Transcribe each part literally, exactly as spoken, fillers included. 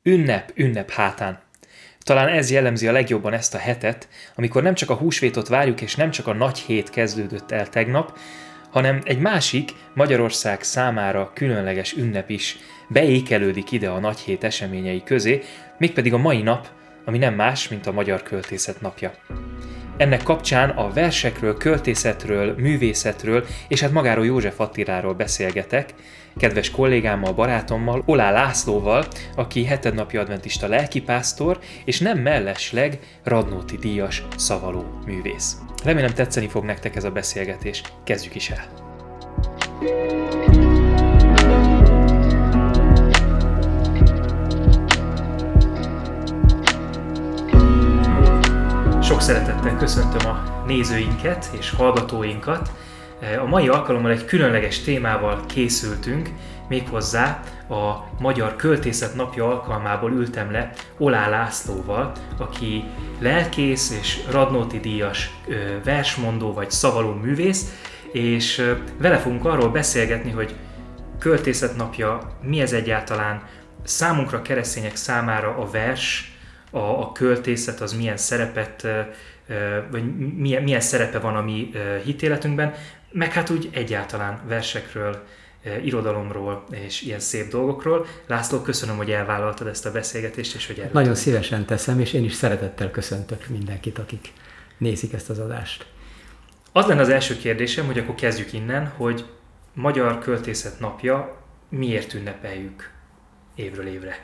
Ünnep, ünnep hátán. Talán ez jellemzi a legjobban ezt a hetet, amikor nem csak a húsvétot várjuk, és nem csak a nagy hét kezdődött el tegnap, hanem egy másik, Magyarország számára különleges ünnep is beékelődik ide a nagy hét eseményei közé, mégpedig a mai nap, ami nem más, mint a Magyar Költészet Napja. Ennek kapcsán a versekről, költészetről, művészetről és hát magáról József Attiláról beszélgetek, kedves kollégámmal, barátommal, Olá Lászlóval, aki hetednapi adventista lelkipásztor, és nem mellesleg Radnóti díjas szavaló művész. Remélem tetszeni fog nektek ez a beszélgetés. Kezdjük is el! Sok szeretettel köszöntöm a nézőinket és hallgatóinkat. A mai alkalommal egy különleges témával készültünk, méghozzá a Magyar Költészet Napja alkalmából ültem le Olá Lászlóval, aki lelkész és Radnóti díjas versmondó vagy szavaló művész, és vele fogunk arról beszélgetni, hogy Költészet Napja mi ez egyáltalán, számunkra keresztények számára a vers, a, a költészet az milyen szerepet, vagy milyen, milyen szerepe van a mi hitéletünkben, meg hát úgy egyáltalán versekről, irodalomról és ilyen szép dolgokról. László, köszönöm, hogy elvállaltad ezt a beszélgetést, és hogy eljöttél. Nagyon szívesen teszem, és én is szeretettel köszöntök mindenkit, akik nézik ezt az adást. Az lenne az első kérdésem, hogy akkor kezdjük innen, hogy Magyar Költészet Napja, miért ünnepeljük évről évre?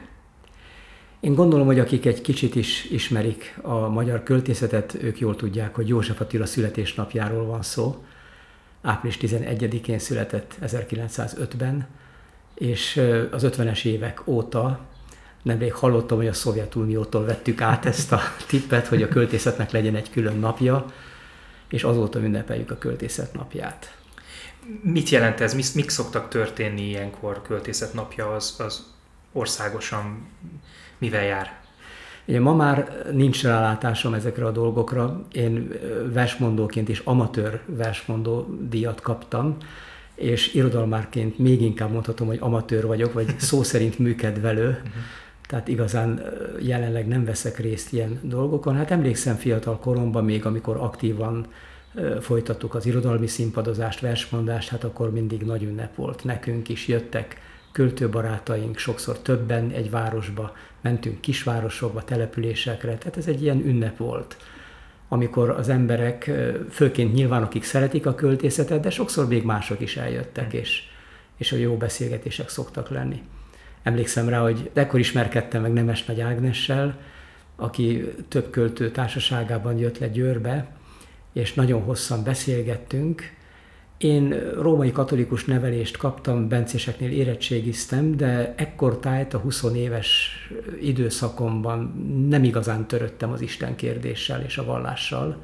Én gondolom, hogy akik egy kicsit is ismerik a magyar költészetet, ők jól tudják, hogy József Attila születésnapjáról van szó. április tizenegyedikén született ezerkilencszázötben, és az ötvenes évek óta nemrég hallottam, hogy a Szovjetuniótól vettük át ezt a tippet, hogy a költészetnek legyen egy külön napja, és azóta ünnepeljük a költészet napját. Mit jelent ez? Mik, mik szoktak történni ilyenkor? Költészet napja az, az országosan mivel jár? Ugye ma már nincs rálátásom ezekre a dolgokra. Én versmondóként is amatőr versmondó díjat kaptam, és irodalmárként még inkább mondhatom, hogy amatőr vagyok, vagy szó szerint műkedvelő. Tehát igazán jelenleg nem veszek részt ilyen dolgokon. Hát emlékszem fiatal koromban még, amikor aktívan folytattuk az irodalmi színpadozást, versmondást, hát akkor mindig nagy ünnep volt. Nekünk is jöttek költőbarátaink, sokszor többen egy városba, mentünk kisvárosokba, településekre, tehát ez egy ilyen ünnep volt, amikor az emberek, főként nyilván akik szeretik a költészetet, de sokszor még mások is eljöttek, és, és a jó beszélgetések szoktak lenni. Emlékszem rá, hogy ekkor ismerkedtem meg Nemes Nagy Ágnessel, aki több költő társaságában jött le Győrbe, és nagyon hosszan beszélgettünk. Én római katolikus nevelést kaptam, bencéseknél érettségiztem, de ekkortájt a húsz éves időszakomban nem igazán töröttem az Isten kérdéssel és a vallással.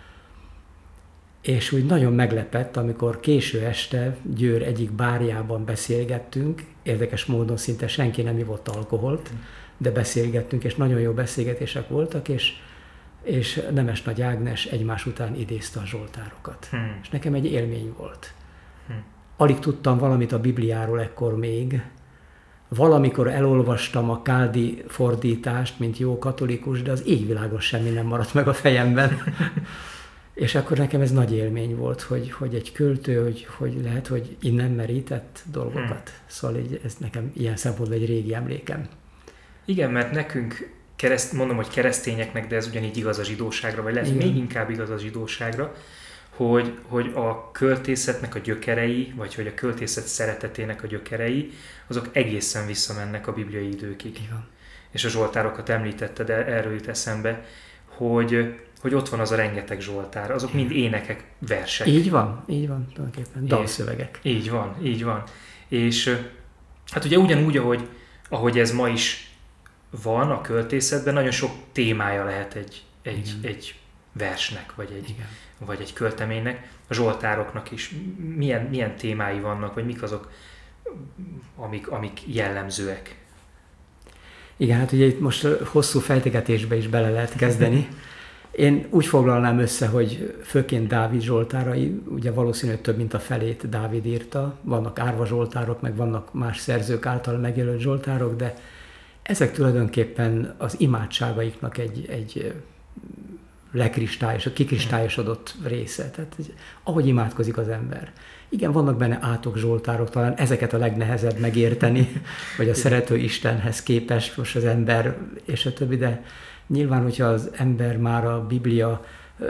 És úgy nagyon meglepett, amikor késő este Győr egyik bárjában beszélgettünk, érdekes módon szinte senki nem ivott alkoholt, de beszélgettünk, és nagyon jó beszélgetések voltak, és és Nemes Nagy Ágnes egymás után idézte a zsoltárokat. Hmm. És nekem egy élmény volt. Hmm. Alig tudtam valamit a Bibliáról ekkor még. Valamikor elolvastam a Káldi fordítást, mint jó katolikus, de az égvilágon semmi nem maradt meg a fejemben. És akkor nekem ez nagy élmény volt, hogy, hogy egy költő, hogy, hogy lehet, hogy innen merített dolgokat. Hmm. Szóval így, ez nekem ilyen szempontból egy régi emlékem. Igen, mert nekünk Kereszt, mondom, hogy keresztényeknek, de ez ugyanígy igaz a zsidóságra, vagy lehet még inkább igaz a zsidóságra, hogy, hogy a költészetnek a gyökerei, vagy hogy a költészet szeretetének a gyökerei, azok egészen visszamennek a bibliai időkig. Igen. És a zsoltárokat említetted, de erről jut eszembe, hogy, hogy ott van az a rengeteg zsoltár, azok Igen. mind énekek, versek. Így van, így van, tulajdonképpen, dalszövegek. Így van, így van. És hát ugye ugyanúgy, ahogy, ahogy ez ma is van a költészetben, nagyon sok témája lehet egy, egy, egy versnek, vagy egy, vagy egy költeménynek, a zsoltároknak is. Milyen, milyen témái vannak, vagy mik azok, amik, amik jellemzőek? Igen, hát ugye itt most hosszú fejtegetésbe is bele lehet kezdeni. Én úgy foglalnám össze, hogy főként Dávid zsoltárai, ugye valószínűleg több mint a felét Dávid írta, vannak árva zsoltárok, meg vannak más szerzők által megjelölt zsoltárok, de Ezek tulajdonképpen az imádságaiknak egy, egy lekristályos, kikristályosodott része. Tehát ahogy imádkozik az ember. Igen, vannak benne átok, zsoltárok, talán ezeket a legnehezebb megérteni, vagy a szerető Istenhez képest most az ember, és a többi, de nyilván, hogyha az ember már a Biblia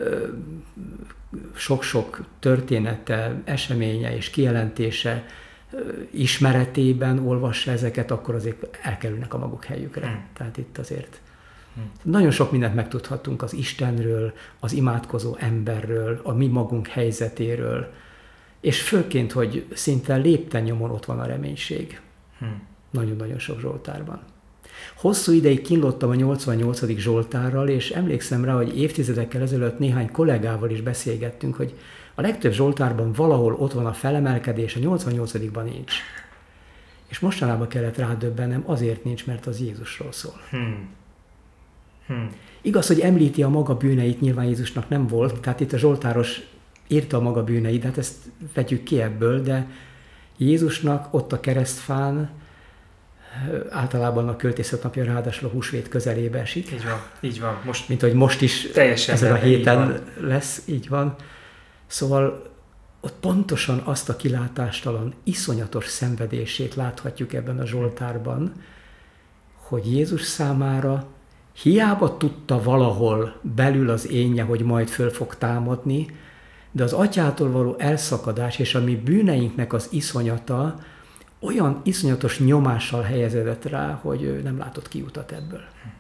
sok-sok története, eseménye és kijelentése ismeretében olvassa ezeket, akkor azért elkerülnek a maguk helyükre. Hmm. Tehát itt azért hmm. nagyon sok mindent megtudhatunk az Istenről, az imádkozó emberről, a mi magunk helyzetéről, és főként, hogy szinte lépten nyomon ott van a reménység. Hmm. Nagyon-nagyon sok zsoltárban. Hosszú ideig kínlottam a nyolcvannyolcadik zsoltárral, és emlékszem rá, hogy évtizedekkel ezelőtt néhány kollégával is beszélgettünk, hogy a legtöbb zsoltárban valahol ott van a felemelkedés, a nyolcvannyolcadikban nincs. És mostanában kellett rádöbbennem, azért nincs, mert az Jézusról szól. Hmm. Hmm. Igaz, hogy említi a maga bűneit, nyilván Jézusnak nem volt, tehát itt a zsoltáros írta a maga bűneit, hát ezt vegyük ki ebből, de Jézusnak ott a keresztfán, általában a költészet napja ráadásul a húsvét közelébe esik. Így van, így van. Most mint hogy most is teljesen ezen a héten így lesz, így van. Szóval ott pontosan azt a kilátástalan, iszonyatos szenvedését láthatjuk ebben a zsoltárban, hogy Jézus számára hiába tudta valahol belül az énje, hogy majd föl fog támadni, de az atyától való elszakadás és a mi bűneinknek az iszonyata olyan iszonyatos nyomással helyeződött rá, hogy ő nem látott kiutat ebből.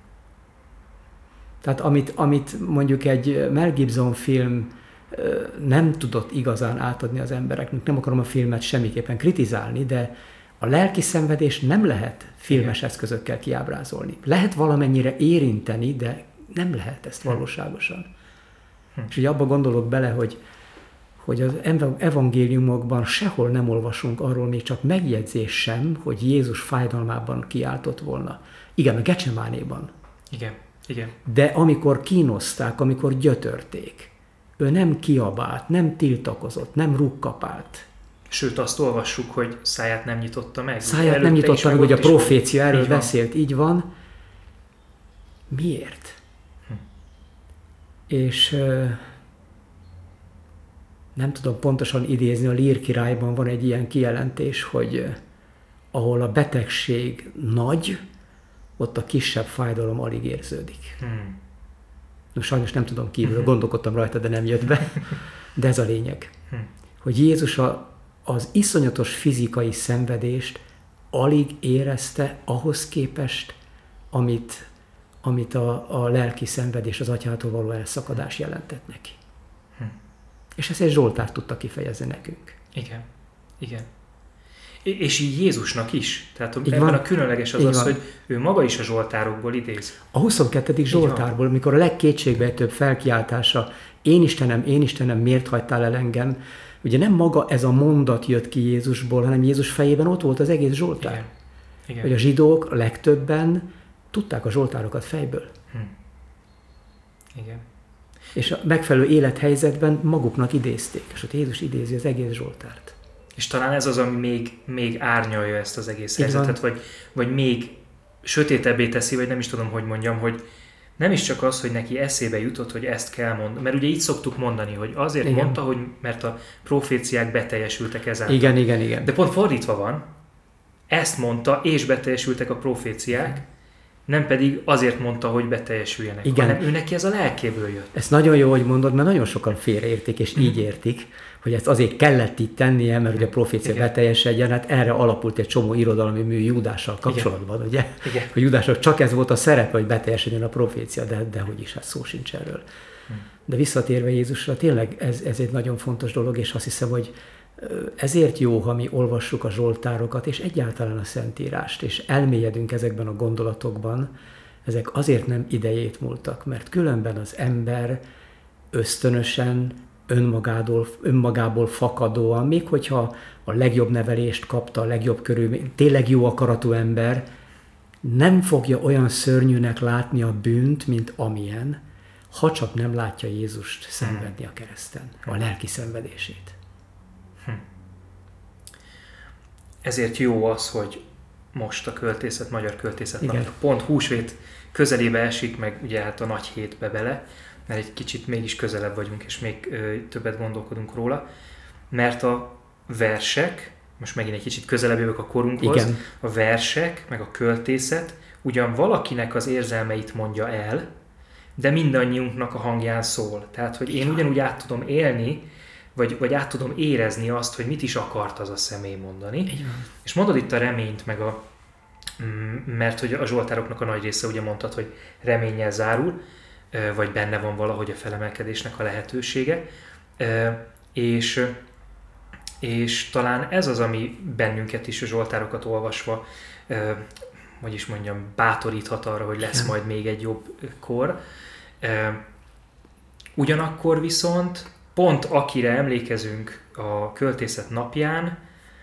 Tehát amit, amit mondjuk egy Mel Gibson film nem tudott igazán átadni az embereknek, nem akarom a filmet semmiképpen kritizálni, de a lelki szenvedés nem lehet filmes Igen. eszközökkel kiábrázolni. Lehet valamennyire érinteni, de nem lehet ezt valóságosan. Hm. És ugye abba gondolok bele, hogy hogy az evangéliumokban sehol nem olvasunk arról még csak megjegyzés sem, hogy Jézus fájdalmában kiáltott volna. Igen, a Gecsemánéban. Igen, igen. De amikor kínozták, amikor gyötörték, ő nem kiabált, nem tiltakozott, nem rúgkapált. Sőt, azt olvassuk, hogy száját nem nyitotta meg. Száját nem nyitotta meg, hogy a profécia erről beszélt, így van. Miért? Hm. És... nem tudom pontosan idézni, a Lír királyban van egy ilyen kijelentés, hogy ahol a betegség nagy, ott a kisebb fájdalom alig érződik. Hmm. No, sajnos nem tudom kívül, hmm. gondolkodtam rajta, de nem jött be. De ez a lényeg. Hmm. Hogy Jézus a, az iszonyatos fizikai szenvedést alig érezte ahhoz képest, amit, amit a, a lelki szenvedés, az atyától való elszakadás jelentett neki. És ezt egy zsoltár tudta kifejezni nekünk. Igen, igen. És így Jézusnak is. Tehát így ebben van. A különleges az így az, van. Hogy ő maga is a zsoltárokból idéz. A huszonkettő zsoltárból, mikor a legkétségbejtőbb felkiáltása, én Istenem, én Istenem, miért hagytál el engem? Ugye nem maga ez a mondat jött ki Jézusból, hanem Jézus fejében ott volt az egész zsoltár. Igen. Igen. Hogy a zsidók a legtöbben tudták a zsoltárokat fejből. Hm. Igen. És a megfelelő élethelyzetben maguknak idézték. És ott Jézus idézi az egész zsoltárt. És talán ez az, ami még, még árnyalja ezt az egész helyzetet, vagy, vagy még sötétebbé teszi, vagy nem is tudom, hogy mondjam, hogy nem is csak az, hogy neki eszébe jutott, hogy ezt kell mondani. Mert ugye így szoktuk mondani, hogy azért igen. mondta, hogy mert a proféciák beteljesültek ezáltal. Igen, igen, igen. De pont fordítva van, ezt mondta, és beteljesültek a proféciák, nem pedig azért mondta, hogy beteljesüljenek, igen. hanem ő neki ez a lelkéből jött. Ez nagyon jó, hogy mondod, mert nagyon sokan félreértik, és így értik, hogy ezt azért kellett így tennie, mert ugye a profécia beteljesedjen, hát erre alapult egy csomó irodalmi mű Judással kapcsolatban, igen. ugye? Igen. Hogy Judásnak csak ez volt a szerepe, hogy beteljesedjen a profécia, de, de hogy is, hát szó sincs erről. Hmm. De visszatérve Jézusra, tényleg ez, ez egy nagyon fontos dolog, és azt hiszem, hogy ezért jó, ha mi olvassuk a zsoltárokat, és egyáltalán a Szentírást, és elmélyedünk ezekben a gondolatokban, ezek azért nem idejét múltak, mert különben az ember ösztönösen, önmagából, önmagából fakadóan, még hogyha a legjobb nevelést kapta, a legjobb körülmény, tényleg jó akaratú ember, nem fogja olyan szörnyűnek látni a bűnt, mint amilyen, ha csak nem látja Jézust szenvedni a kereszten, a lelki szenvedését. Hm. Ezért jó az, hogy most a költészet, magyar költészet napja. Pont húsvét közelébe esik, meg ugye hát a nagy hétbe bele, mert egy kicsit mégis közelebb vagyunk, és még ö, többet gondolkodunk róla, mert a versek, most megint egy kicsit közelebb jövök a korunkhoz, igen. A versek, meg a költészet ugyan valakinek az érzelmeit mondja el, de mindannyiunknak a hangján szól. Tehát, hogy én ugyanúgy át tudom élni, vagy, vagy át tudom érezni azt, hogy mit is akart az a személy mondani. Igen. És mondod itt a reményt, meg a, mert hogy a zsoltároknak a nagy része ugye mondtad, hogy reménnyel zárul, vagy benne van valahogy a felemelkedésnek a lehetősége, és, és talán ez az, ami bennünket is a zsoltárokat olvasva, hogy is mondjam, bátoríthat arra, hogy lesz majd még egy jobb kor. Ugyanakkor viszont pont akire emlékezünk a költészet napján,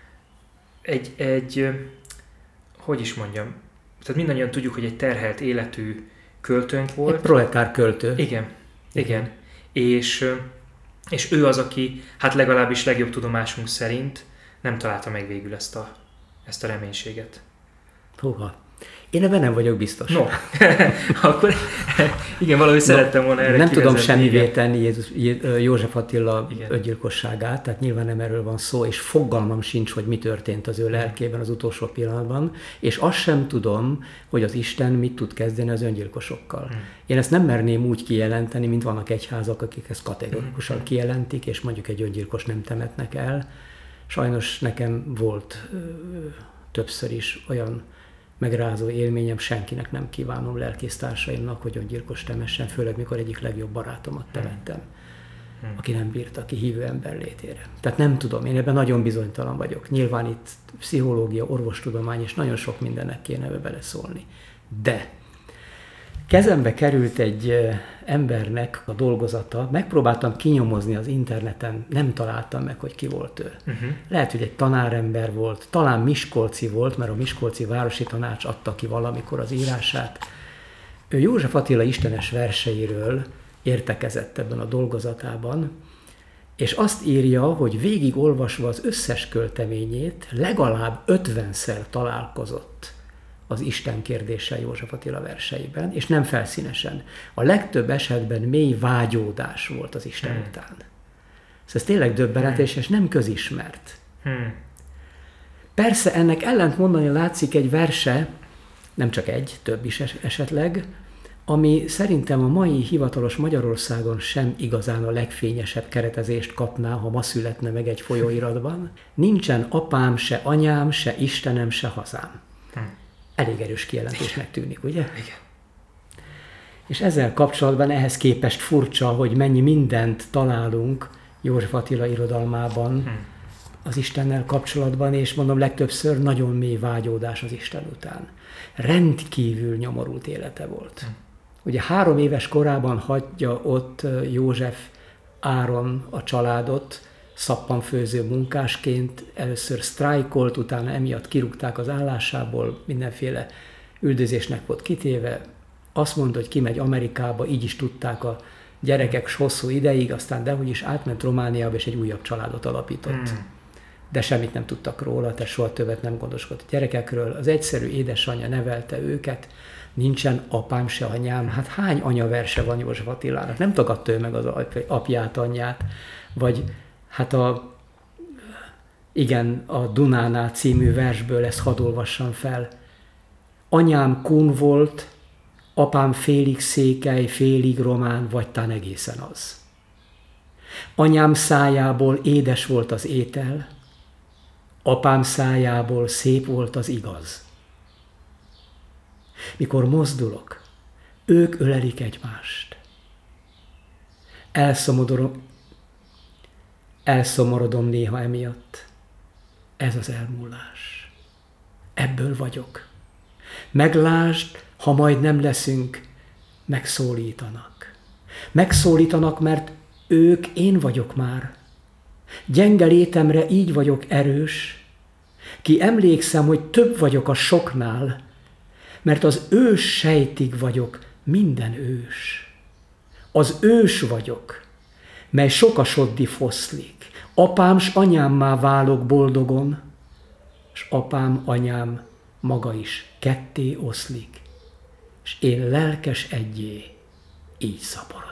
egy, egy hogy is mondjam, tehát mindannyian tudjuk, hogy egy terhelt életű költőnk volt. Egy proletár költő. Igen, igen. És, és ő az, aki, hát legalábbis legjobb tudomásunk szerint nem találta meg végül ezt a, ezt a reménységet. Húha. Én ebben nem vagyok biztos. No, akkor igen, valahogy no, szerettem volna erre nem tudom semmivé tenni Jézus, József Attila igen. öngyilkosságát, tehát nyilván nem erről van szó, és fogalmam sincs, hogy mi történt az ő lelkében az utolsó pillanatban, és azt sem tudom, hogy az Isten mit tud kezdeni az öngyilkosokkal. Hmm. Én ezt nem merném úgy kijelenteni, mint vannak egyházak, akik ezt kategorikusan hmm. kijelentik, és mondjuk egy öngyilkos nem temetnek el. Sajnos nekem volt ö, többször is olyan megrázó élményem, senkinek nem kívánom lelkésztársaimnak, hogy öngyilkos temessen, főleg mikor egyik legjobb barátomat temettem, hmm. aki nem bírt, aki hívő ember létére. Tehát nem tudom, én ebben nagyon bizonytalan vagyok. Nyilván itt pszichológia, orvostudomány és nagyon sok mindennek kéne ebbe beleszólni. De kezembe került egy embernek a dolgozata, megpróbáltam kinyomozni az interneten, nem találtam meg, hogy ki volt ő. Uh-huh. Lehet, hogy egy tanárember volt, talán miskolci volt, mert a Miskolci Városi Tanács adta ki valamikor az írását. Ő József Attila istenes verseiről értekezett ebben a dolgozatában, és azt írja, hogy végigolvasva az összes költeményét legalább ötvenszer találkozott az Isten kérdéssel József Attila verseiben, és nem felszínesen. A legtöbb esetben mély vágyódás volt az Isten hmm. után. Ez tényleg döbbenetes, hmm. és nem közismert. Hmm. Persze ennek ellent mondani látszik egy verse, nem csak egy, több is esetleg, ami szerintem a mai hivatalos Magyarországon sem igazán a legfényesebb keretezést kapná, ha ma születne meg egy folyóiratban. Nincsen apám, se anyám, se Istenem, se hazám. Hmm. Elég erős kijelentésnek tűnik, ugye? Igen. És ezzel kapcsolatban ehhez képest furcsa, hogy mennyi mindent találunk József Attila irodalmában hmm. az Istennel kapcsolatban, és mondom, legtöbbször nagyon mély vágyódás az Isten után. Rendkívül nyomorult élete volt. Hmm. Ugye három éves korában hagyja ott József Áron a családot, szappanfőző munkásként, először sztrájkolt, utána emiatt kirúgták az állásából, mindenféle üldözésnek volt kitéve. Azt mondta, hogy kimegy Amerikába, így is tudták a gyerekek hosszú ideig, aztán dehogy is átment Romániába, és egy újabb családot alapított. Mm. De semmit nem tudtak róla, tehát soha többet nem gondoskodott a gyerekekről. Az egyszerű édesanyja nevelte őket, nincsen apám se anyám. Hát hány anyaverse van József Attilának? Nem tagadta ő meg az apját, anyját, vagy hát a, igen, a Dunánál című versből ezt hadd olvassam fel. Anyám kun volt, apám félig székely, félig román, vagy tán egészen az. Anyám szájából édes volt az étel, apám szájából szép volt az igaz. Mikor mozdulok, ők ölelik egymást. Elszomorodom, elszomorodom néha emiatt. Ez az elmúlás. Ebből vagyok. Meglásd, ha majd nem leszünk, megszólítanak. Megszólítanak, mert ők én vagyok már. Gyenge létemre így vagyok erős. Ki emlékszem, hogy több vagyok a soknál, mert az ős sejtig vagyok, minden ős. Az ős vagyok, mely sokasoddi foszlik. Apám s anyámmá válok boldogon, s apám, anyám maga is ketté oszlik, és én lelkes egyé így szaporodom.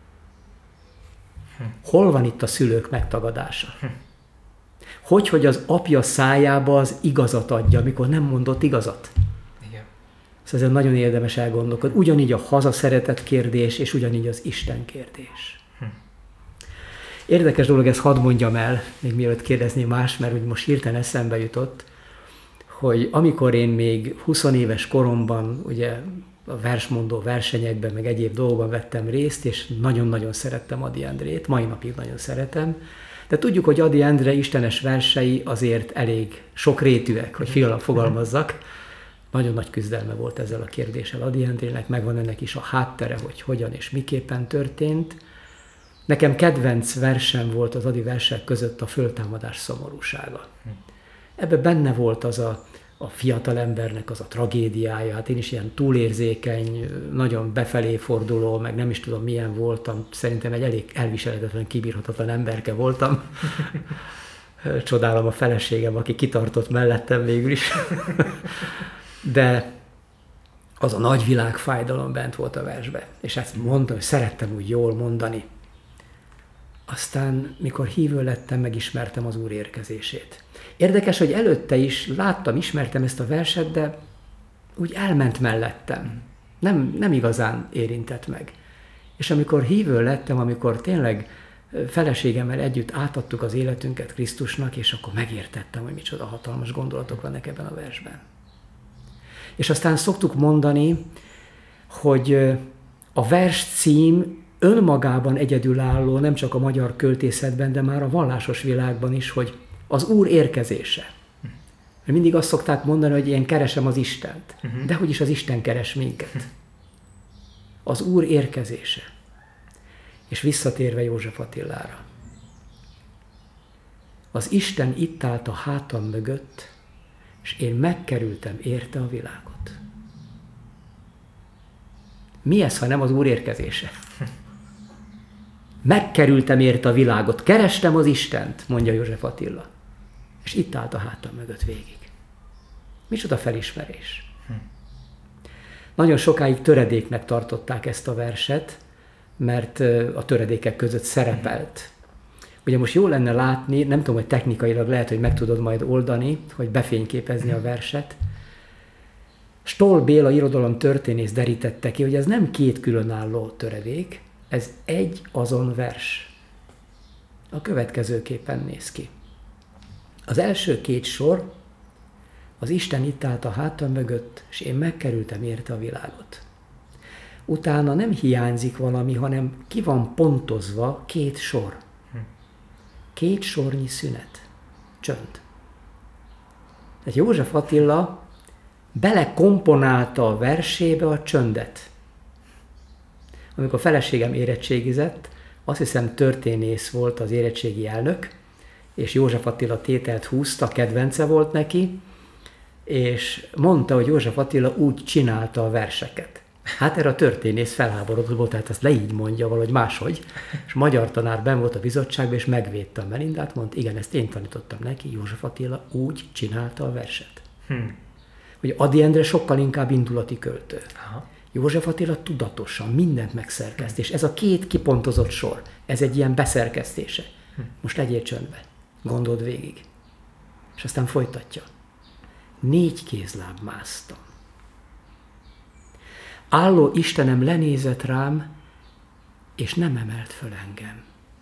Hol van itt a szülők megtagadása? Hogy, hogy az apja szájába az igazat adja, amikor nem mondott igazat? Igen. Szóval ezen nagyon érdemes elgondolkodni. Ugyanígy a hazaszeretet kérdés, és ugyanígy az Isten kérdés. Hm. Érdekes dolog, ezt hadd mondjam el, még mielőtt kérdezni más, mert úgy most hirtelen eszembe jutott, hogy amikor én még huszonéves koromban, ugye a versmondó versenyekben, meg egyéb dolgokban vettem részt, és nagyon-nagyon szerettem Ady Endrét, mai napig nagyon szeretem. De tudjuk, hogy Ady Endre istenes versei azért elég sokrétűek, hogy fiatal fogalmazzak. Nagyon nagy küzdelme volt ezzel a kérdéssel Ady Endrének, megvan ennek is a háttere, hogy hogyan és miképpen történt. Nekem kedvenc versem volt az Ady versek között a Föltámadás szomorúsága. Ebben benne volt az a a fiatal embernek az a tragédiája, hát én is ilyen túlérzékeny, nagyon befelé forduló, meg nem is tudom milyen voltam, szerintem egy elég elviselhetetlen, kibírhatatlan emberke voltam. Csodálom a feleségem, aki kitartott mellettem végül is. De az a nagy világfájdalom bent volt a versbe, és ezt mondtam, hogy szerettem úgy jól mondani. Aztán, mikor hívő lettem, megismertem az Úr érkezését. Érdekes, hogy előtte is láttam, ismertem ezt a verset, de úgy elment mellettem. Nem, nem igazán érintett meg. És amikor hívő lettem, amikor tényleg feleségemmel együtt átadtuk az életünket Krisztusnak, és akkor megértettem, hogy micsoda hatalmas gondolatok vannak ebben a versben. És aztán szoktuk mondani, hogy a vers cím önmagában egyedülálló, nem csak a magyar költészetben, de már a vallásos világban is, hogy az Úr érkezése. Mert mindig azt szokták mondani, hogy én keresem az Istent. Uh-huh. De hogy is az Isten keres minket. Az Úr érkezése. És visszatérve József Attilára. Az Isten itt állt a hátam mögött, és én megkerültem érte a világot. Mi ez, ha nem az Úr érkezése? Megkerültem érte a világot, kerestem az Istent, mondja József Attila. És itt állt a hátam mögött végig. Micsoda felismerés. Hm. Nagyon sokáig töredéknek tartották ezt a verset, mert a töredékek között szerepelt. Ugye most jó lenne látni, nem tudom, hogy technikailag lehet, hogy meg tudod majd oldani, hogy befényképezni a verset. Stoll Béla irodalom történész derítette ki, hogy ez nem két különálló töredék, ez egy azon vers. A következőképpen néz ki. Az első két sor, az Isten itt állt a hátam mögött, és én megkerültem érte a világot. Utána nem hiányzik valami, hanem ki van pontozva két sor. Két sornyi szünet. Csönd. Tehát József Attila belekomponálta a versébe a csöndet. Amikor a feleségem érettségizett, azt hiszem történész volt az érettségi elnök, és József Attila tételt húzta, kedvence volt neki, és mondta, hogy József Attila úgy csinálta a verseket. Hát erre a történész felháborodott volt, tehát ezt le így mondja valahogy máshogy, és magyar tanár benn volt a bizottságban, és megvédte a Melindát, mondta, igen, ezt én tanítottam neki, József Attila úgy csinálta a verset. Hmm. Hogy Ady Endre sokkal inkább indulati költő. Aha. József Attila tudatosan mindent megszerkeszt, és ez a két kipontozott sor, ez egy ilyen beszerkesztése. Most legyél csöndbe, gondold végig. És aztán folytatja. Négy kézláb másztam. Álló Istenem lenézett rám, és nem emelt föl engem.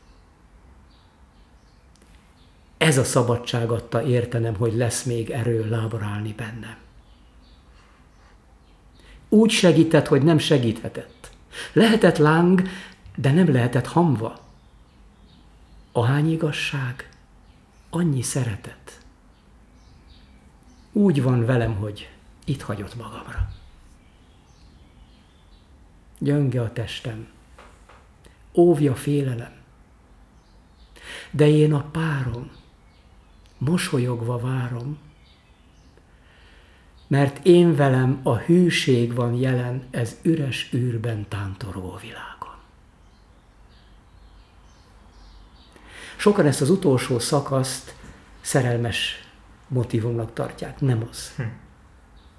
Ez a szabadság adta értenem, hogy lesz még erő lábra állni bennem. Úgy segített, hogy nem segíthetett. Lehetett láng, de nem lehetett hamva. Ahány igazság, annyi szeretet. Úgy van velem, hogy itt hagyott magamra. Gyönge a testem, óvja félelem, de én a párom, mosolyogva várom, mert én velem a hűség van jelen ez üres űrben tántorgó világon. Sokan ezt az utolsó szakaszt szerelmes motívumnak tartják. Nem az. Hm.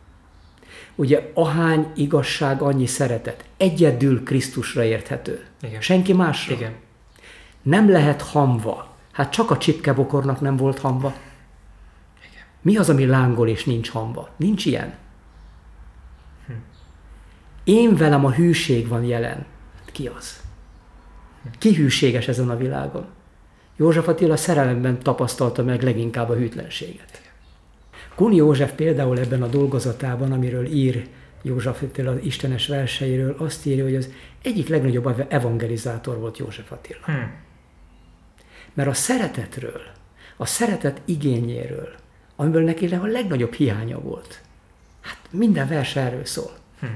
Ugye ahány igazság, annyi szeretet. Egyedül Krisztusra érthető. Igen. Senki másra. Igen. Nem lehet hamva. Hát csak a csipkebokornak nem volt hamva. Igen. Mi az, ami lángol és nincs hamva? Nincs ilyen. Hm. Én velem a hűség van jelen. Ki az? Ki hűséges ezen a világon? József Attila szerelemben tapasztalta meg leginkább a hűtlenséget. Kun József például ebben a dolgozatában, amiről ír József Attila az istenes verseiről, azt írja, hogy az egyik legnagyobb evangelizátor volt József Attila. Hmm. Mert a szeretetről, a szeretet igényéről, amiből neki a legnagyobb hiánya volt, hát minden vers erről szól. Hmm.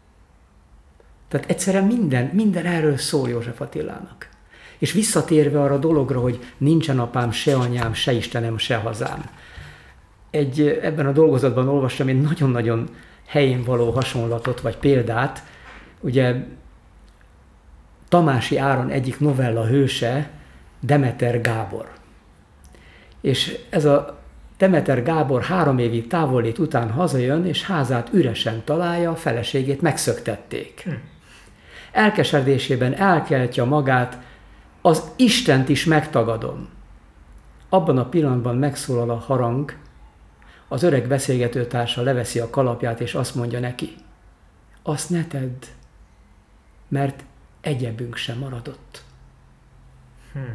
Tehát egyszerűen minden, minden erről szól József Attilának. És visszatérve arra a dologra, hogy nincsen apám, se anyám, se Istenem, se hazám. Egy, ebben a dolgozatban olvastam egy nagyon-nagyon helyén való hasonlatot, vagy példát. Ugye Tamási Áron egyik novella hőse Demeter Gábor. És ez a Demeter Gábor három évi távollét után hazajön, és házát üresen találja, a feleségét megszöktették. Hm. Elkeseredésében elkeltje magát, az Istent is megtagadom. Abban a pillanatban megszólal a harang, az öreg beszélgetőtársa leveszi a kalapját, és azt mondja neki, azt ne tedd, mert egyebünk sem maradott. Hmm.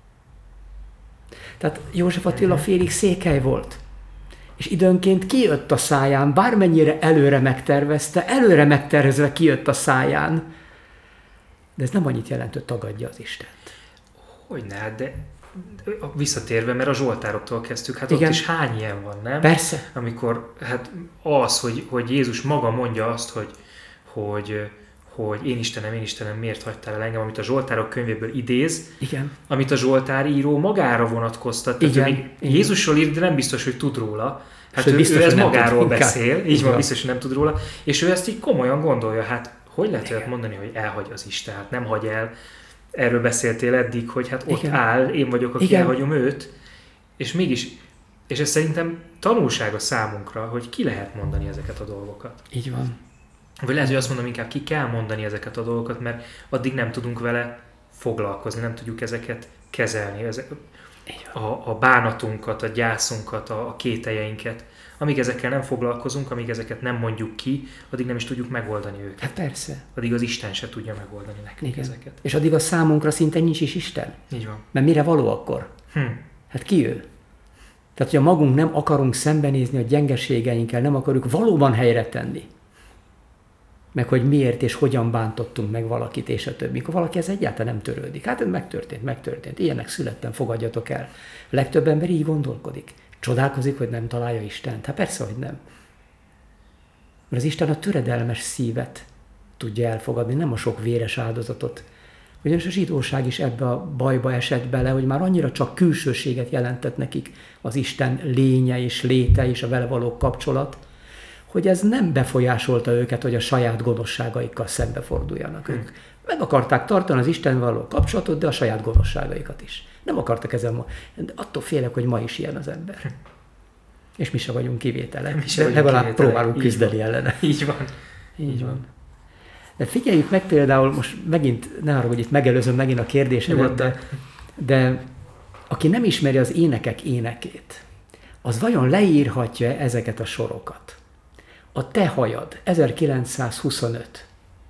Tehát József Attila félig székely volt, és időnként kijött a száján, bármennyire előre megtervezte, előre megtervezve kijött a száján, de ez nem annyit jelent, hogy tagadja az Istent. Hogyne, de visszatérve, mert a Zsoltároktól kezdtük, hát igen. Ott is hány ilyen van, nem? Persze. Amikor hát az, hogy, hogy Jézus maga mondja azt, hogy, hogy, hogy én Istenem, én Istenem, miért hagytál el engem, amit a Zsoltárok könyvéből idéz, igen. Amit a Zsoltár író magára vonatkoztat. Tehát igen. ő még igen. Jézusról ír, de nem biztos, hogy tud róla. Hát ő, biztos, ő ez magáról tud, beszél, így igen. van, biztos, hogy nem tud róla, és ő ezt így komolyan gondolja, hát hogy lehet olyat mondani, hogy elhagy az Isten, hát nem hagy el. Erről beszéltél eddig, hogy hát ott igen. áll, én vagyok, aki igen. elhagyom őt, és mégis, és ez szerintem tanulság a számunkra, hogy ki lehet mondani ezeket a dolgokat. Így van. Vagy lehet, hogy azt mondom, inkább ki kell mondani ezeket a dolgokat, mert addig nem tudunk vele foglalkozni, nem tudjuk ezeket kezelni, ezek, a, a bánatunkat, a gyászunkat, a, a kételjeinket. Amíg ezekkel nem foglalkozunk, amíg ezeket nem mondjuk ki, addig nem is tudjuk megoldani őket. Hát persze. Addig az Isten se tudja megoldani nekünk igen. ezeket. És addig a számunkra szinte nincs is Isten. Így van. Mert mire való akkor? Hm. Hát ki ő? Tehát, hogyha magunk nem akarunk szembenézni a gyengeségeinkkel, nem akarjuk valóban helyre tenni, meg hogy miért és hogyan bántottunk meg valakit, és a többi. Mikor valaki ez egyáltalán nem törődik. Hát ez megtörtént, megtörtént. Ilyenek születtem, fogadjatok el. A legtöbb ember így gondolkodik. Csodálkozik, hogy nem találja Istent. Hát persze, hogy nem. Mert az Isten a töredelmes szívet tudja elfogadni, nem a sok véres áldozatot. Ugyanis a zsidóság is ebbe a bajba esett bele, hogy már annyira csak külsőséget jelentett nekik az Isten lénye és léte és a vele való kapcsolat, hogy ez nem befolyásolta őket, hogy a saját gonoszságaikkal szembeforduljanak. Ők meg akarták tartani az Isten való kapcsolatot, de a saját gonoszságaikat is. Nem akartak ezen ma. De attól félek, hogy ma is ilyen az ember. És mi se vagyunk kivételek. Mi se vagyunk legalább kivételek. Próbálunk küzdeni ellene. Így van. Így, Így van. van. De figyeljük meg például, most megint, ne arra, hogy itt megelőzöm megint a kérdésedet, de, de aki nem ismeri az énekek énekét, az vajon leírhatja ezeket a sorokat? A te hajad, ezerkilencszázhuszonöt.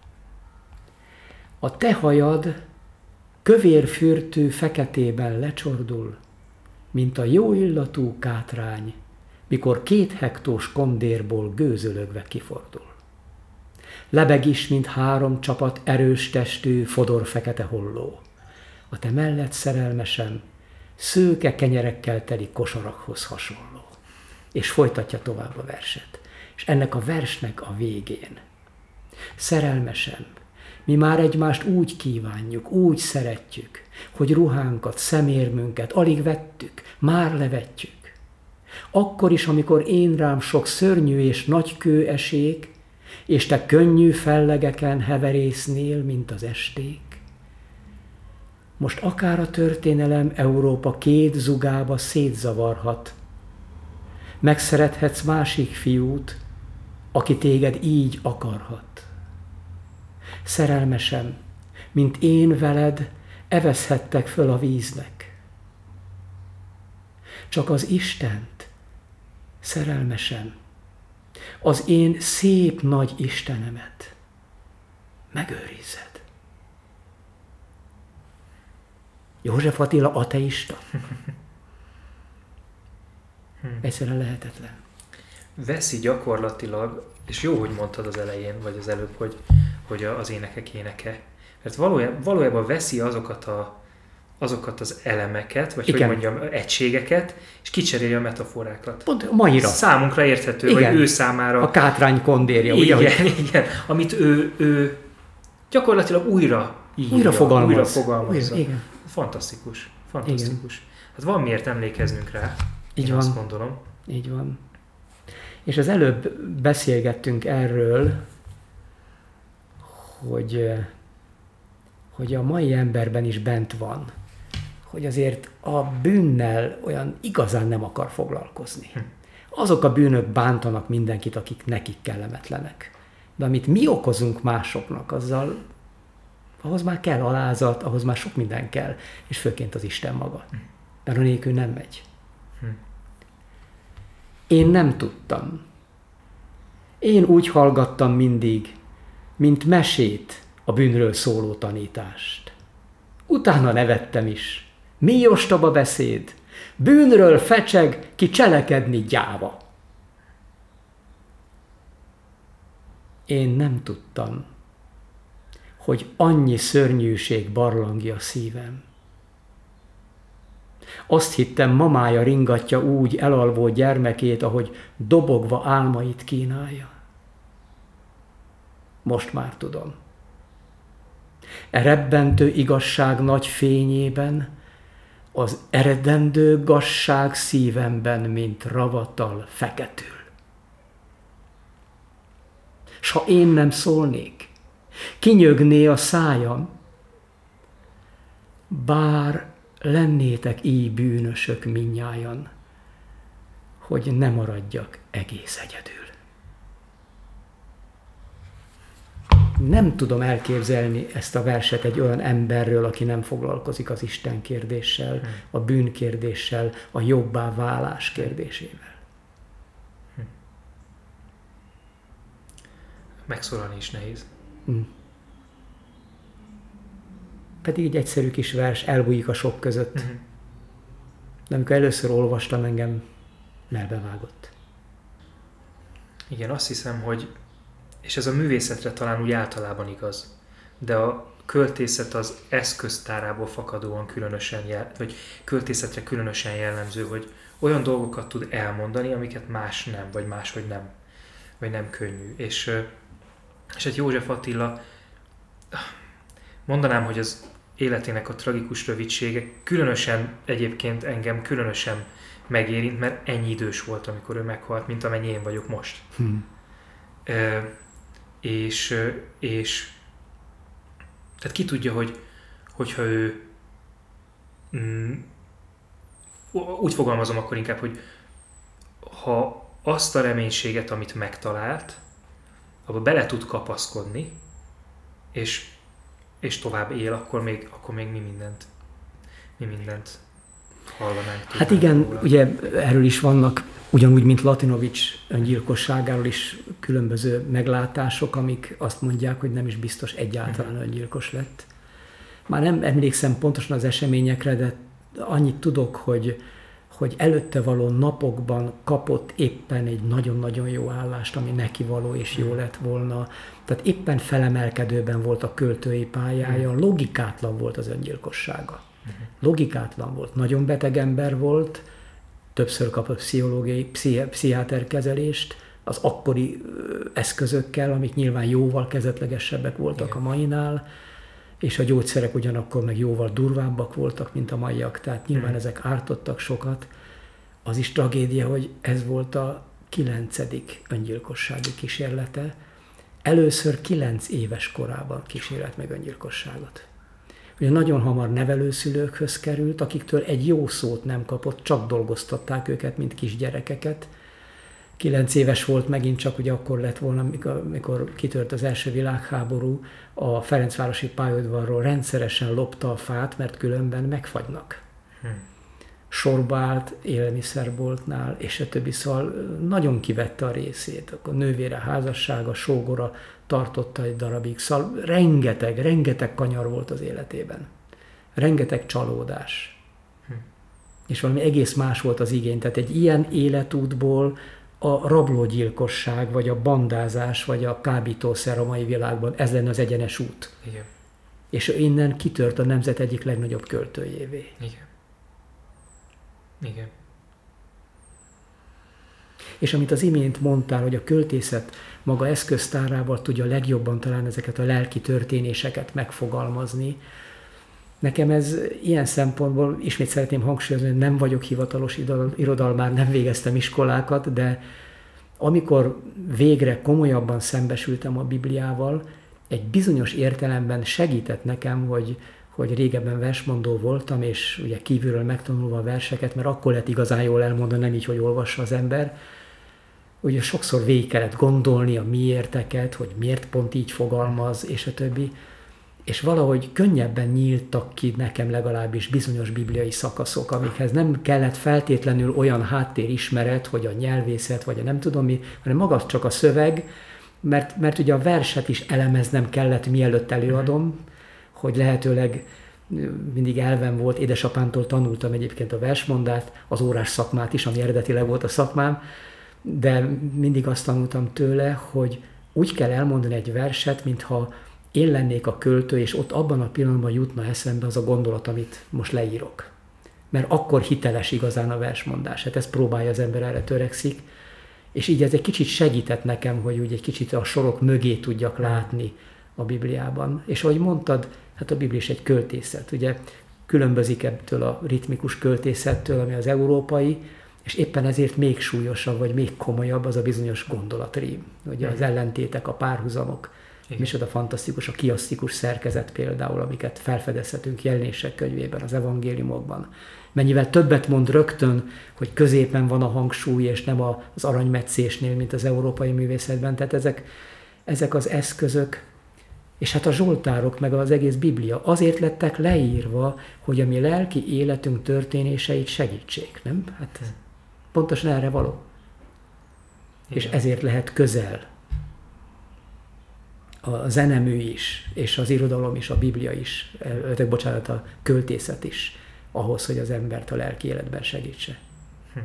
A te hajad kövér fürtű feketében lecsordul, mint a jó illatú kátrány, mikor két hektós kondérból gőzölögve kifordul. Lebeg is, mint három csapat erős testű, fodor fekete holló. A te mellett szerelmesem, szőke kenyerekkel teli kosarakhoz hasonló. És folytatja tovább a verset. És ennek a versnek a végén. Szerelmesem, mi már egymást úgy kívánjuk, úgy szeretjük, hogy ruhánkat, szemérmünket alig vettük, már levetjük. Akkor is, amikor én rám sok szörnyű és nagy kő esék, és te könnyű fellegeken heverésznél, mint az esték. Most akár a történelem Európa két zugába szétzavarhat. Megszerethetsz másik fiút, aki téged így akarhat. Szerelmesem, mint én veled, evezhettek föl a víznek. Csak az Istent, szerelmesem, az én szép nagy Istenemet megőrizzed. József Attila ateista? Egyszerűen lehetetlen. Veszi gyakorlatilag, és jó, hogy mondtad az elején, vagy az előbb, hogy, hogy az énekek éneke. Mert valójában, valójában veszi azokat, a, azokat az elemeket, vagy igen, hogy mondjam, egységeket, és kicseréli a metaforákat. Pont maira. Számunkra érthető, igen, vagy ő számára. A kátrány kondérja, igen, ugye? Igen, igen, amit ő, ő gyakorlatilag újra írja, újra fogalmaz. Újra fogalmazza. Újra, igen. Fantasztikus, fantasztikus. Igen. Hát van miért emlékeznünk rá, így én van. azt gondolom. Így van. És az előbb beszélgettünk erről, hogy, hogy a mai emberben is bent van, hogy azért a bűnnel olyan igazán nem akar foglalkozni. Hm. Azok a bűnök bántanak mindenkit, akik nekik kellemetlenek. De amit mi okozunk másoknak, azzal ahhoz már kell alázat, ahhoz már sok minden kell, és főként az Isten maga. Hm. Mert a nélkül nem megy. Hm. Én nem tudtam. Én úgy hallgattam mindig, mint mesét, a bűnről szóló tanítást. Utána nevettem is. Mi ostoba beszéd? Bűnről fecseg, ki cselekedni gyáva. Én nem tudtam, hogy annyi szörnyűség barlangja a szívem. Azt hittem, mamája ringatja úgy elalvó gyermekét, ahogy dobogva álmait kínálja. Most már tudom. E rebbentő igazság nagy fényében, az eredendő gazság szívemben, mint ravatal feketül. S ha én nem szólnék, kinyögné a szájam, bár lennétek így bűnösök mindnyájan, hogy ne maradjak egész egyedül. Nem tudom elképzelni ezt a verset egy olyan emberről, aki nem foglalkozik az Isten kérdéssel, hmm. a bűn kérdéssel, a jobbá válás kérdésével. Hmm. Megszólalni is nehéz. Hmm. Pedig egy egyszerű kis vers elbújik a sok között. Hmm. De amikor először olvastam, engem melbevágott. Igen, azt hiszem, hogy és ez a művészetre talán úgy általában igaz, de a költészet az eszköztárából fakadóan különösen, jel, vagy költészetre különösen jellemző, hogy olyan dolgokat tud elmondani, amiket más nem, vagy máshogy nem, vagy nem könnyű. És, és hát József Attila, mondanám, hogy az életének a tragikus rövidsége különösen egyébként engem különösen megérint, mert ennyi idős volt, amikor ő meghalt, mint amennyi én vagyok most. Hmm. Uh, és, és tehát ki tudja, hogy hogyha ő mm, úgy fogalmazom akkor inkább, hogy ha azt a reménységet, amit megtalált, abba bele tud kapaszkodni, és, és tovább él, akkor még, akkor még mi mindent, mi mindent hallanánk. Hát igen, róla. Ugye erről is vannak, ugyanúgy, mint Latinovics öngyilkosságáról is különböző meglátások, amik azt mondják, hogy nem is biztos egyáltalán uh-huh. öngyilkos lett. Már nem emlékszem pontosan az eseményekre, de annyit tudok, hogy, hogy előtte való napokban kapott éppen egy nagyon-nagyon jó állást, ami neki való és jó lett volna. Tehát éppen felemelkedőben volt a költői pályája, uh-huh. logikátlan volt az öngyilkossága. Uh-huh. Logikátlan volt. Nagyon beteg ember volt, többször kapott pszichológiai, pszichiáter kezelést, az akkori eszközökkel, amik nyilván jóval kezetlegesebbek voltak igen. a mainál, és a gyógyszerek ugyanakkor meg jóval durvábbak voltak, mint a maiak, tehát nyilván hmm. ezek ártottak sokat. Az is tragédia, hogy ez volt a kilencedik öngyilkossági kísérlete. Először kilenc éves korában kísérelt meg öngyilkosságot. Ugye nagyon hamar nevelőszülőkhöz került, akiktől egy jó szót nem kapott, csak dolgoztatták őket, mint kisgyerekeket. Kilenc éves volt megint csak, ugye akkor lett volna, mikor, mikor kitört az első világháború, a Ferencvárosi pályaudvarról rendszeresen lopta a fát, mert különben megfagynak. Hm. Sorba állt élelmiszerboltnál, és a többi, szóval nagyon kivette a részét. Akkor nővére házassága, sógora tartotta egy darabig, szóval rengeteg, rengeteg kanyar volt az életében. Rengeteg csalódás. Hm. És valami egész más volt az igény. Tehát egy ilyen életútból a rablógyilkosság, vagy a bandázás, vagy a kábítószer a mai világban, ez lenne az egyenes út. Igen. És innen kitört a nemzet egyik legnagyobb költőjévé. Igen. Igen. És amit az imént mondtál, hogy a költészet maga eszköztárával tudja legjobban talán ezeket a lelki történéseket megfogalmazni. Nekem ez ilyen szempontból, ismét szeretném hangsúlyozni, hogy nem vagyok hivatalos irodalmár, nem végeztem iskolákat, de amikor végre komolyabban szembesültem a Bibliával, egy bizonyos értelemben segített nekem, hogy, hogy régebben versmondó voltam, és ugye kívülről megtanulva a verseket, mert akkor lett igazán jól elmondani, nem így, hogy olvassa az ember. Ugye sokszor végig kellett gondolni a miérteket, hogy miért pont így fogalmaz, és a többi. És valahogy könnyebben nyíltak ki nekem legalábbis bizonyos bibliai szakaszok, amikhez nem kellett feltétlenül olyan háttérismeret, hogy a nyelvészet, vagy a nem tudom mi, hanem maga csak a szöveg, mert, mert ugye a verset is elemeznem kellett, mielőtt előadom, hogy lehetőleg mindig elvem volt, édesapámtól tanultam egyébként a versmondást, az órás szakmát is, ami eredetileg volt a szakmám, de mindig azt tanultam tőle, hogy úgy kell elmondani egy verset, mintha én lennék a költő, és ott abban a pillanatban jutna eszembe az a gondolat, amit most leírok. Mert akkor hiteles igazán a versmondás. Hát ezt próbálja az ember, erre törekszik. És így ez egy kicsit segített nekem, hogy úgy egy kicsit a sorok mögé tudjak látni a Bibliában. És ahogy mondtad, hát a Biblia is egy költészet. Ugye különbözik ettől a ritmikus költészettől, ami az európai, és éppen ezért még súlyosabb, vagy még komolyabb az a bizonyos gondolatrím. Ugye az ellentétek, a párhuzamok. Micsoda fantasztikus a kiasztikus szerkezet például, amiket felfedezhetünk Jelenések könyvében, az evangéliumokban. Mennyivel többet mond rögtön, hogy középen van a hangsúly, és nem az aranymetszésnél, mint az európai művészetben. Tehát ezek, ezek az eszközök, és hát a zsoltárok, meg az egész Biblia azért lettek leírva, hogy a mi lelki életünk történéseit segítsék, nem? Hát pontosan erre való. Igen. És ezért lehet közel a zenemű is, és az irodalom is, a Biblia is, ötök, bocsánat, a költészet is, ahhoz, hogy az embert a lelki életben segítse. Hm.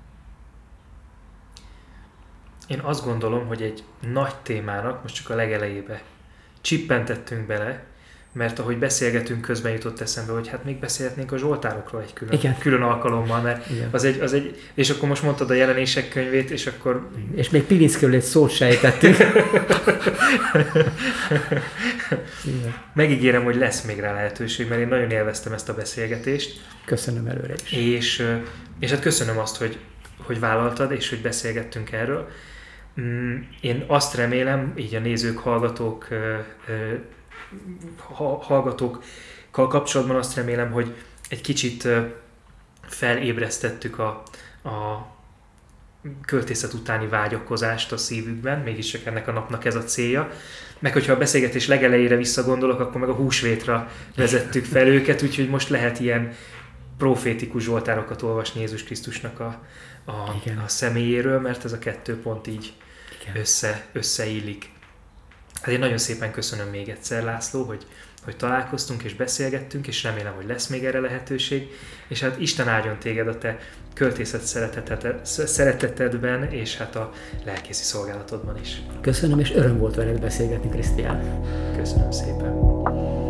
Én azt gondolom, hogy egy nagy témának most csak a legelejébe csippentettünk bele, mert ahogy beszélgetünk, közben jutott eszembe, hogy hát még beszélhetnénk a zsoltárokról egy külön, külön alkalommal, mert az egy, az egy, és akkor most mondtad a Jelenések könyvét, és akkor... És még Pilinszkiről egy szót sejtettünk. Megígérem, hogy lesz még rá lehetőség, mert én nagyon élveztem ezt a beszélgetést. Köszönöm előre is. És, és hát köszönöm azt, hogy, hogy vállaltad, és hogy beszélgettünk erről. Én azt remélem, így a nézők, hallgatók, hallgatókkal kapcsolatban azt remélem, hogy egy kicsit felébresztettük a, a költészet utáni vágyakozást a szívükben, mégis csak ennek a napnak ez a célja. Meg hogyha a beszélgetés legelejére visszagondolok, akkor meg a húsvétra vezettük fel őket, úgyhogy most lehet ilyen profétikus zsoltárokat olvasni Jézus Krisztusnak a, a, a személyéről, mert ez a kettő pont így össze, összeillik. Hát én nagyon szépen köszönöm még egyszer, László, hogy, hogy találkoztunk és beszélgettünk, és remélem, hogy lesz még erre lehetőség. És hát Isten áldjon téged a te költészet szeretetedben, és hát a lelkészi szolgálatodban is. Köszönöm, és öröm volt veled beszélgetni, Krisztián. Köszönöm szépen.